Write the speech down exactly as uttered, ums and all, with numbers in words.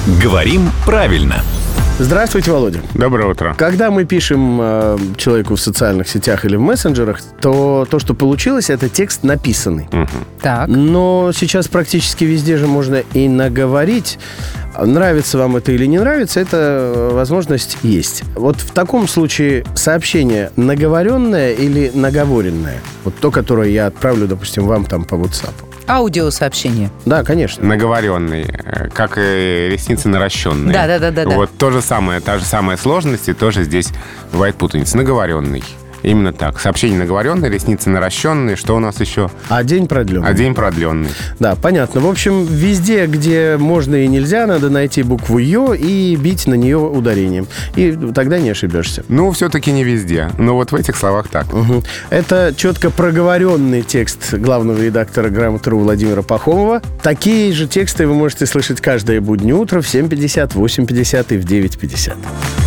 Говорим правильно. Здравствуйте, Володя. Доброе утро. Когда мы пишем э, человеку в социальных сетях или в мессенджерах, то то, что получилось, это текст написанный. Угу. Так. Но сейчас практически везде же можно и наговорить. Нравится вам это или не нравится, эта возможность есть. Вот в таком случае сообщение наговоренное или наговоренное? Вот то, которое я отправлю, допустим, вам там по WhatsApp. Аудиосообщение. Да, конечно. Наговоренный, как и ресницы наращенные. Да, да, да, да. Вот то же самое, та же самая сложность, и тоже здесь бывает путаница. Наговоренный. Именно так. Сообщение наговоренное, ресницы наращенные. Что у нас еще? А день продленный. А день продленный. Да, понятно. В общем, везде, где можно и нельзя, надо найти букву «ё» и бить на нее ударением. И тогда не ошибешься. Ну, все-таки не везде. Но вот в этих словах так. Угу. Это четко проговоренный текст главного редактора «Грамоты.ру» Владимира Пахомова. Такие же тексты вы можете слышать каждое буднее утро в семь пятьдесят, восемь пятьдесят и в девять пятьдесят.